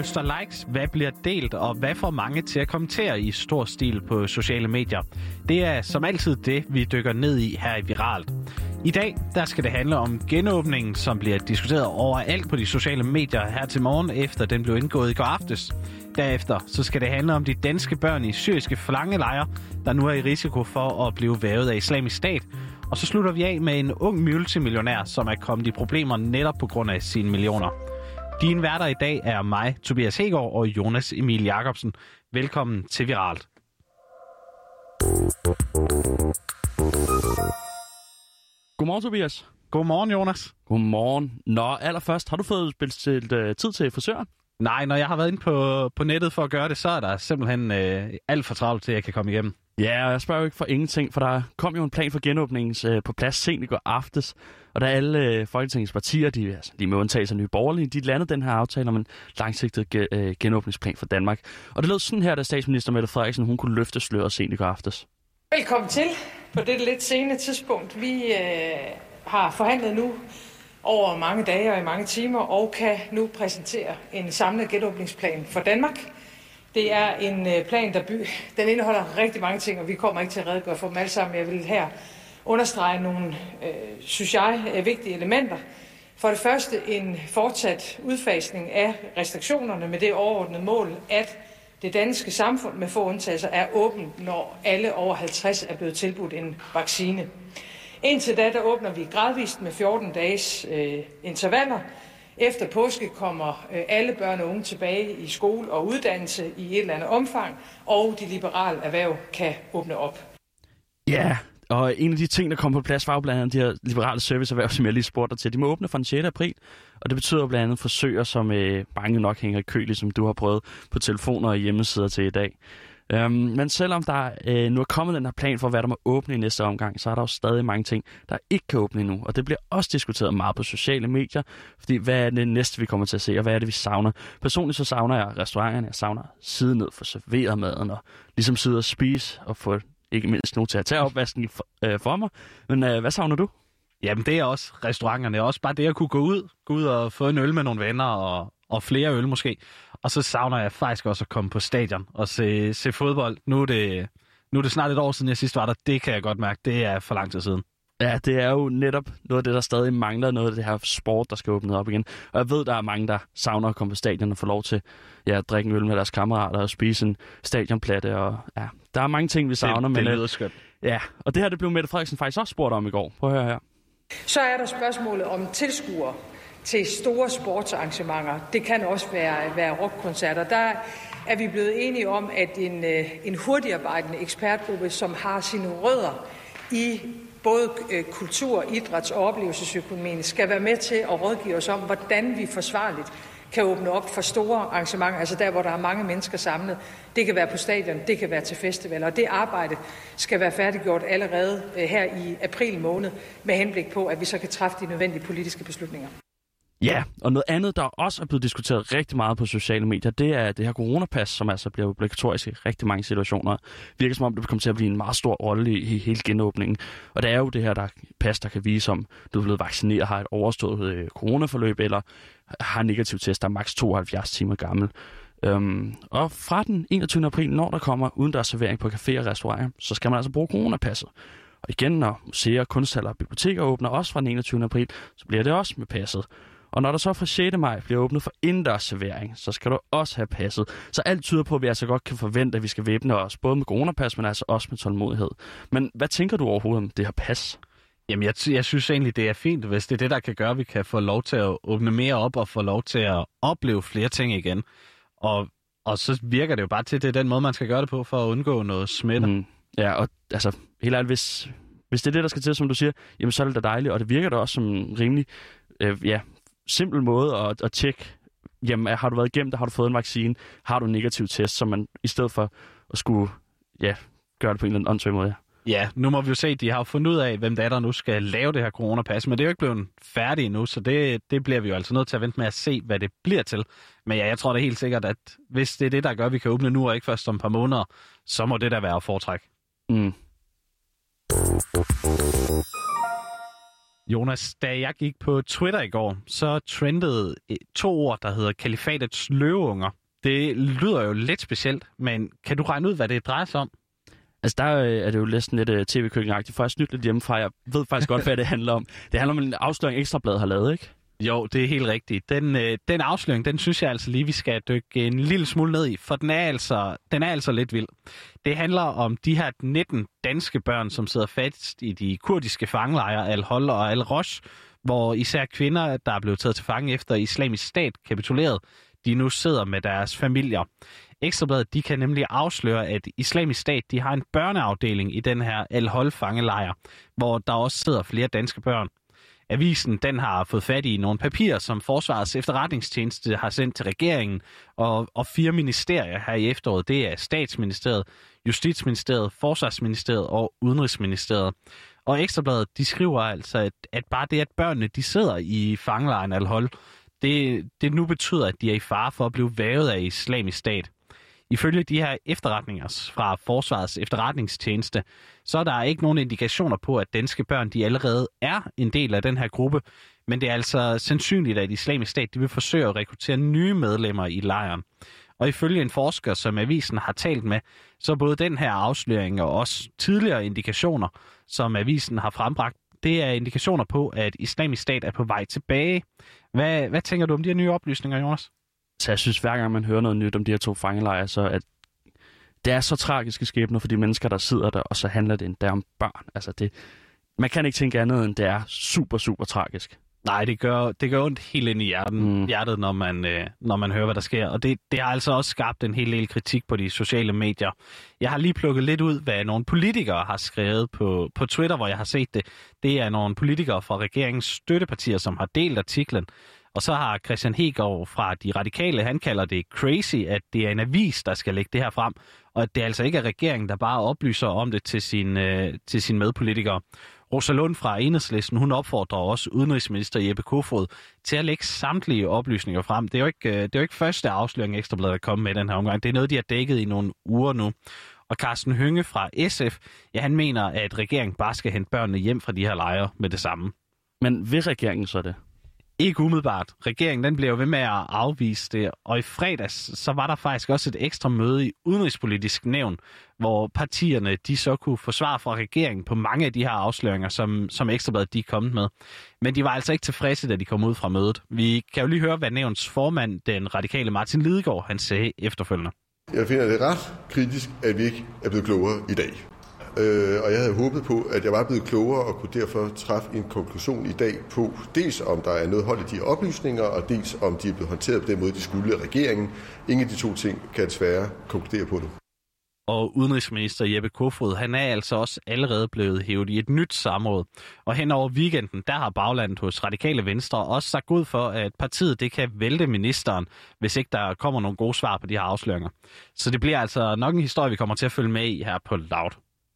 koster likes? Hvad bliver delt? Og hvad får mange til at kommentere i stor stil på sociale medier? Det er som altid det, vi dykker ned i her i Viralt. I dag der skal det handle om genåbningen, som bliver diskuteret overalt på de sociale medier her til morgen, efter den blev indgået i går aftes. Derefter så skal det handle om de danske børn i syriske fangelejre, der nu er i risiko for at blive hvervet af Islamisk Stat. Og så slutter vi af med en ung multimillionær, som er kommet i problemer netop på grund af sine millioner. Dine værter i dag er mig, Tobias Hegård og Jonas Emil Jacobsen. Velkommen til Viralt. Godmorgen, Tobias. Godmorgen, Jonas. Godmorgen. Nå, allerførst, har du fået bestilt tid til frisøren? Nej, når jeg har været inde på nettet for at gøre det, så er der simpelthen alt for travlt til, at jeg kan komme igennem. Ja, og jeg spørger jo ikke for ingenting, for der kom jo en plan for genåbningen på plads sent i går aftes. Og der alle Folketingets partier, de med undtagelse af Nye Borgerlige, de landede den her aftale om en langsigtet genåbningsplan for Danmark. Og det lød sådan her, da statsminister Mette Frederiksen hun kunne løfte sløret sent i går aftes. Velkommen til på dette lidt sene tidspunkt. Vi har forhandlet nu over mange dage og i mange timer, og kan nu præsentere en samlet genåbningsplan for Danmark. Det er en plan, den indeholder rigtig mange ting, og vi kommer ikke til at redegøre for dem alle sammen. Jeg vil her understrege nogle, synes jeg, vigtige elementer. For det første en fortsat udfasning af restriktionerne med det overordnede mål, at det danske samfund med få undtagelser er åbent, når alle over 50 er blevet tilbudt en vaccine. Indtil da, der åbner vi gradvist med 14 dages intervaller. Efter påske kommer alle børn og unge tilbage i skole og uddannelse i et eller andet omfang, og de liberale erhverv kan åbne op. Ja, og en af de ting, der kom på plads, var jo blandt andet de her liberale serviceerhverv, som jeg lige spurgte dig til. De må åbne fra den 6. april, og det betyder blandt andet forsøger, som mange nok hænger i kø, ligesom du har prøvet på telefoner og hjemmesider til i dag. Men selvom der nu er kommet den her plan for, hvad der må åbne i næste omgang, så er der jo stadig mange ting, der ikke kan åbne endnu. Og det bliver også diskuteret meget på sociale medier, fordi hvad er det næste, vi kommer til at se, og hvad er det, vi savner? Personligt så savner jeg restauranterne, jeg savner sidde ned for serveret maden, og ligesom sidde og spise, og få ikke mindst nogen til at tage opvasken for mig. Men hvad savner du? Jamen det er også restauranterne, også bare det at kunne gå ud og få en øl med nogle venner, og flere øl måske. Og så savner jeg faktisk også at komme på stadion og se fodbold. Nu er det snart et år siden, jeg sidst var der. Det kan jeg godt mærke. Det er for lang tid siden. Ja, det er jo netop noget af det, der stadig mangler. Noget af det her sport, der skal åbne op igen. Og jeg ved, der er mange, der savner at komme på stadion og få lov til at drikke en øl med deres kammerater og spise en stadionplatte. Og ja, der er mange ting, vi savner. Det lyder skønt. Ja, og det her det blev Mette Frederiksen faktisk også spurgt om i går. Prøv at høre her. Så er der spørgsmålet om tilskuere til store sportsarrangementer. Det kan også være rockkoncerter. Der er vi blevet enige om, at en hurtigarbejdende ekspertgruppe, som har sine rødder i både kultur, idræts- og oplevelsesøkonomien, skal være med til at rådgive os om, hvordan vi forsvarligt kan åbne op for store arrangementer, altså der, hvor der er mange mennesker samlet. Det kan være på stadion, det kan være til festivaler, og det arbejde skal være færdiggjort allerede her i april måned, med henblik på, at vi så kan træffe de nødvendige politiske beslutninger. Ja, og noget andet, der også er blevet diskuteret rigtig meget på sociale medier, det er det her coronapas, som altså bliver obligatorisk i rigtig mange situationer. Det virker som om, det kommer til at blive en meget stor rolle i hele genåbningen. Og det er jo det her pas, der kan vise, om du er blevet vaccineret, har et overstået coronaforløb, eller har negativ test, der er maks 72 timer gammel. Og fra den 21. april, når der kommer udendørs servering på caféer og restauranter, så skal man altså bruge coronapasset. Og igen, når museer, kunsthaller og biblioteker åbner også fra den 21. april, så bliver det også med passet. Og når der så fra 6. maj bliver åbnet for indendørs servering, så skal du også have passet. Så alt tyder på, at vi altså godt kan forvente, at vi skal væbne os både med coronapas, men altså også med tålmodighed. Men hvad tænker du overhovedet om det her pas? Jamen, jeg synes egentlig, det er fint, hvis det er det, der kan gøre, at vi kan få lov til at åbne mere op og få lov til at opleve flere ting igen. Og så virker det jo bare til, at det er den måde, man skal gøre det på, for at undgå noget smitte. Ja, og altså, helt ærligt, hvis det er det, der skal til, som du siger, jamen så er det da dejligt, og det virker da også som en rimelig, simpel måde at tjekke, jamen har du været igennem det, har du fået en vaccine, har du en negativ test, så man i stedet for at skulle gøre det på en eller anden åndssvag måde. Ja, nu må vi jo se, de har jo fundet ud af, hvem der nu skal lave det her coronapas, men det er jo ikke blevet færdigt endnu, så det bliver vi jo altså nødt til at vente med at se, hvad det bliver til. Men ja, jeg tror da helt sikkert, at hvis det er det, der gør, at vi kan åbne nu og ikke først om et par måneder, så må det da være at foretrække. Jonas, da jeg gik på Twitter i går, så trendede 2 ord, der hedder kalifatets løveunger. Det lyder jo lidt specielt, men kan du regne ud, hvad det drejer sig om? Altså, der er det jo næsten lidt tv-køkkenagtigt, for jeg snydt lidt hjemmefra. Jeg ved faktisk godt, hvad det handler om. Det handler om en afsløring, Ekstra Bladet har lavet, ikke? Jo, det er helt rigtigt. Den afsløring, den synes jeg altså lige, vi skal dykke en lille smule ned i, for den er altså lidt vild. Det handler om de her 19 danske børn, som sidder fast i de kurdiske fangelejre Al-Hol og Al-Rosh, hvor især kvinder, der er blevet taget til fange efter Islamisk Stat kapituleret, de nu sidder med deres familier. Ekstra Bladet, de kan nemlig afsløre, at Islamisk Stat, de har en børneafdeling i den her Al-Hol fangelejr, hvor der også sidder flere danske børn. Avisen, den har fået fat i nogle papirer, som Forsvarets efterretningstjeneste har sendt til regeringen, og 4 ministerier her i efteråret. Det er Statsministeriet, Justitsministeriet, Forsvarsministeriet og Udenrigsministeriet. Og Ekstra Bladet, de skriver altså, at bare det, at børnene de sidder i fangelejren Al-Hol, det nu betyder, at de er i fare for at blive vævet af Islamisk Stat. Ifølge de her efterretninger fra Forsvarets efterretningstjeneste, så er der ikke nogen indikationer på, at danske børn de allerede er en del af den her gruppe, men det er altså sandsynligt, at Islamisk Stat de vil forsøge at rekruttere nye medlemmer i lejren. Og ifølge en forsker, som avisen har talt med, så både den her afsløring og også tidligere indikationer, som avisen har frembragt, det er indikationer på, at Islamisk Stat er på vej tilbage. Hvad tænker du om de her nye oplysninger, Jonas? Så jeg synes, hver gang man hører noget nyt om de her 2 fangelejre, så at det er så tragiske skæbner for de mennesker, der sidder der, og så handler det endda om børn. Altså man kan ikke tænke andet, end det er super, super tragisk. Nej, det gør ondt helt ind i hjertet, når man hører, hvad der sker. Og det har altså også skabt en hel del kritik på de sociale medier. Jeg har lige plukket lidt ud, hvad nogle politikere har skrevet på Twitter, hvor jeg har set det. Det er nogle politikere fra regeringens støttepartier, som har delt artiklen. Og så har Christian Hegaard fra De Radikale, han kalder det crazy, at det er en avis, der skal lægge det her frem. Og at det altså ikke er regeringen, der bare oplyser om det til sine medpolitikere. Rosa Lund fra Enhedslisten, hun opfordrer også udenrigsminister Jeppe Kofod til at lægge samtlige oplysninger frem. Det er jo ikke første afsløring, Ekstra Bladet er kommet med den her omgang. Det er noget, de har dækket i nogle uger nu. Og Carsten Hønge fra SF, ja, han mener, at regeringen bare skal hente børnene hjem fra de her lejre med det samme. Men vil regeringen så det? Ikke umiddelbart. Regeringen den bliver jo ved med at afvise det, og i fredags så var der faktisk også et ekstra møde i Udenrigspolitisk Nævn, hvor partierne de så kunne få svar fra regeringen på mange af de her afsløringer, som Ekstra Bladet de er kommet med. Men de var altså ikke tilfredse, da de kom ud fra mødet. Vi kan jo lige høre, hvad nævns formand, den radikale Martin Lidegaard, han sagde efterfølgende. Jeg finder det ret kritisk, at vi ikke er blevet klogere i dag. Og jeg havde håbet på, at jeg var blevet klogere og kunne derfor træffe en konklusion i dag på dels om der er noget hold i de oplysninger, og dels om de er blevet håndteret på den måde, de skulle af regeringen. Ingen af de 2 ting kan desværre konkludere på det. Og udenrigsminister Jeppe Kofod, han er altså også allerede blevet hævet i et nyt samråd. Og hen over weekenden, der har baglandet hos Radikale Venstre også sagt ud for, at partiet det kan vælte ministeren, hvis ikke der kommer nogle gode svar på de her afsløringer. Så det bliver altså nok en historie, vi kommer til at følge med i her på Loud.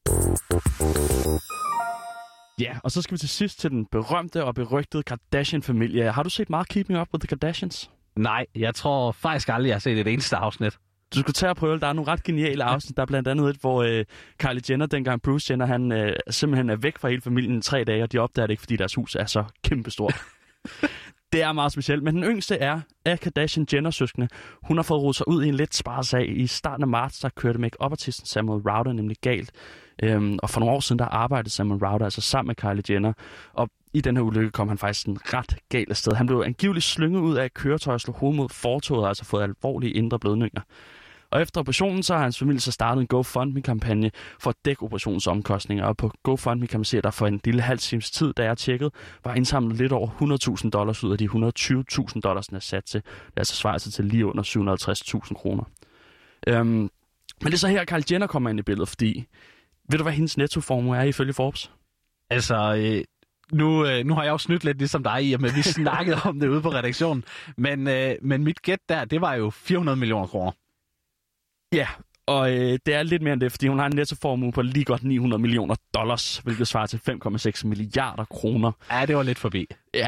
Ja, og så skal vi til sidst til den berømte og berygtede Kardashian-familie. Har du set meget Keeping Up with the Kardashians? Nej, jeg tror faktisk aldrig, jeg har set et eneste afsnit. Du skulle tage og prøve, der er nogle ret geniale afsnit. Der er blandt andet et, hvor Kylie Jenner, dengang Bruce Jenner, han simpelthen er væk fra hele familien i 3 dage, og de opdager det ikke, fordi deres hus er så kæmpestort. Det er meget specielt, men den yngste er af Kardashian-Jenner-søskende. Hun har fået rodet sig ud i en lidt sparsag. I starten af marts, der kørte make-up-artisten Samuel Rowder nemlig galt. Og for nogle år siden, der arbejdede Samuel Rowder altså sammen med Kylie Jenner. Og i den her ulykke kom han faktisk en ret galt af sted. Han blev angiveligt slynget ud af et køretøj og slog hovedet mod fortovet, og altså fået alvorlige indre blødninger. Og efter operationen, så har hans familie så startet en GoFundMe-kampagne for at dække operationens omkostninger. Og på GoFundMe kan man se, at der for en lille halv times tid, da jeg tjekkede, var indsamlet lidt over $100,000 ud af de $120,000, den er sat til. Det er altså svaret til lige under 750.000 kroner. Men det er så her, Kylie Jenner kommer ind i billedet, fordi ved du, hvad hendes nettoformue er ifølge Forbes? Altså, nu har jeg jo snydt lidt ligesom dig i, at vi snakkede om det ude på redaktionen. Men mit gæt der, det var jo 400 millioner kroner. Ja, og det er lidt mere end det, fordi hun har en nettoformue på lige godt $900 millioner, hvilket svarer til 5,6 milliarder kroner. Ja, det var lidt forbi. Ja, og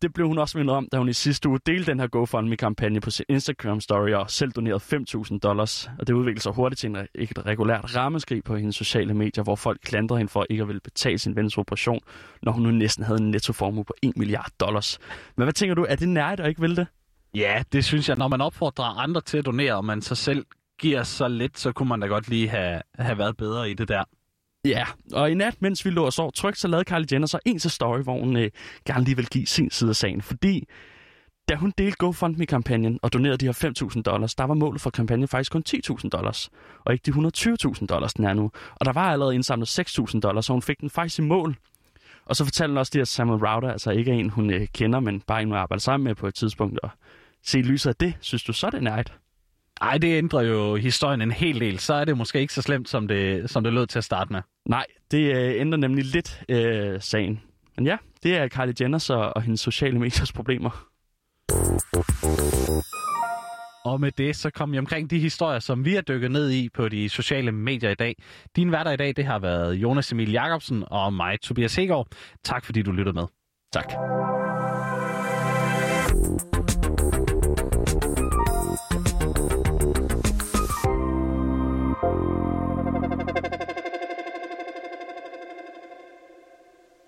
det blev hun også mindet om, da hun i sidste uge delte den her GoFundMe-kampagne på sin Instagram-story og selv donerede $5.000. Og det udviklede sig hurtigt til et regulært rammeskrig på hendes sociale medier, hvor folk klandrede hende for ikke at ville betale sin vens operation, når hun nu næsten havde en nettoformue på $1 milliard. Men hvad tænker du, er det nært at ikke vil det? Ja, det synes jeg. Når man opfordrer andre til at donere, og man så selv giver så lidt, så kunne man da godt lige have været bedre i det der. Ja, og i nat, mens vi lå og sov trygt, så lavede Kylie Jenner så en til story, hvor hun gerne lige vil give sin side af sagen. Fordi da hun delte GoFundMe-kampagnen og donerede de her $5.000, der var målet for kampagnen faktisk kun $10.000, og ikke de $120.000, den er nu. Og der var allerede indsamlet $6.000, så hun fik den faktisk i mål. Og så fortalte hun også det, at Samuel Rauter altså ikke er en, hun kender, men bare en, hun arbejder sammen med på et tidspunkt. Og se lyset af det, synes du så, det er nært? Ej, det ændrer jo historien en hel del. Så er det måske ikke så slemt, som det lød til at starte med. Nej, det ændrer nemlig lidt sagen. Men ja, det er Kylie Jenner og hendes sociale mediers problemer. Og med det, så kom vi omkring de historier, som vi har dykket ned i på de sociale medier i dag. Din værter i dag, det har været Jonas Emil Jacobsen og mig, Tobias Hegård. Tak fordi du lyttede med. Tak.